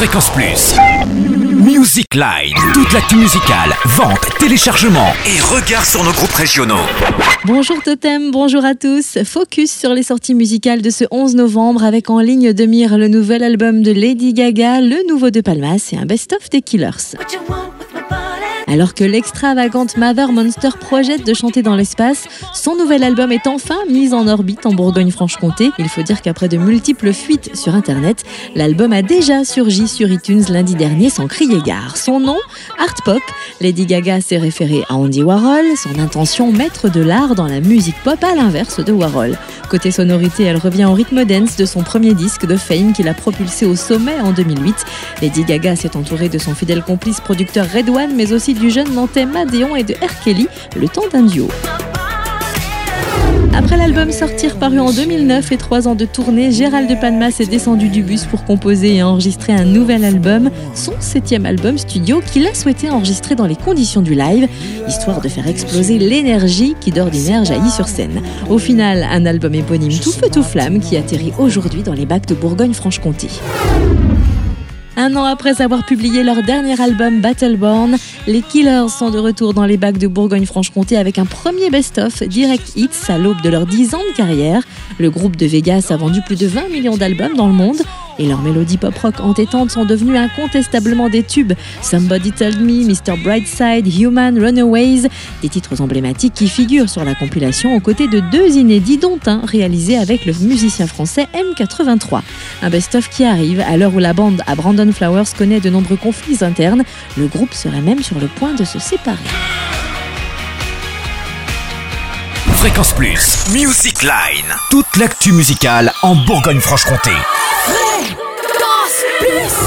Fréquence Plus. Music Line. Toute l'actu musicale, vente, téléchargement et regard sur nos groupes régionaux. Bonjour Totem, bonjour à tous. Focus sur les sorties musicales de ce 11 novembre avec en ligne de mire le nouvel album de Lady Gaga, le nouveau de Palmas et un best-of des Killers. Alors que l'extravagante Mother Monster projette de chanter dans l'espace, son nouvel album est enfin mis en orbite en Bourgogne-Franche-Comté. Il faut dire qu'après de multiples fuites sur Internet, l'album a déjà surgi sur iTunes lundi dernier sans crier gare. Son nom, Art Pop. Lady Gaga s'est référée à Andy Warhol, son intention mettre de l'art dans la musique pop à l'inverse de Warhol. Côté sonorité, elle revient au rythme dance de son premier disque de Fame qui l'a propulsé au sommet en 2008. Lady Gaga s'est entourée de son fidèle complice producteur Red One, mais aussi du jeune nantais Madeon et de R. Kelly, le temps d'un duo. Après l'album Sortir paru en 2009 et 3 ans de tournée, Gérald de Palmas est descendu du bus pour composer et enregistrer un nouvel album, son 7e album studio qu'il a souhaité enregistrer dans les conditions du live, histoire de faire exploser l'énergie qui d'ordinaire jaillit sur scène. Au final, un album éponyme tout feu tout flamme qui atterrit aujourd'hui dans les bacs de Bourgogne-Franche-Comté. Un an après avoir publié leur dernier album Battleborn, les Killers sont de retour dans les bacs de Bourgogne-Franche-Comté avec un premier best-of, Direct Hits, à l'aube de leurs 10 ans de carrière. Le groupe de Vegas a vendu plus de 20 millions d'albums dans le monde et leurs mélodies pop-rock entêtantes sont devenues incontestablement des tubes. Somebody Told Me, Mr. Brightside, Human, Runaways, des titres emblématiques qui figurent sur la compilation aux côtés de 2 inédits dont un réalisé avec le musicien français M83. Un best-of qui arrive à l'heure où la bande à Brandon Flowers connaît de nombreux conflits internes. Le groupe serait même sur le point de se séparer. Fréquence Plus, Music Line. Toute l'actu musicale en Bourgogne-Franche-Comté. Fréquence Plus.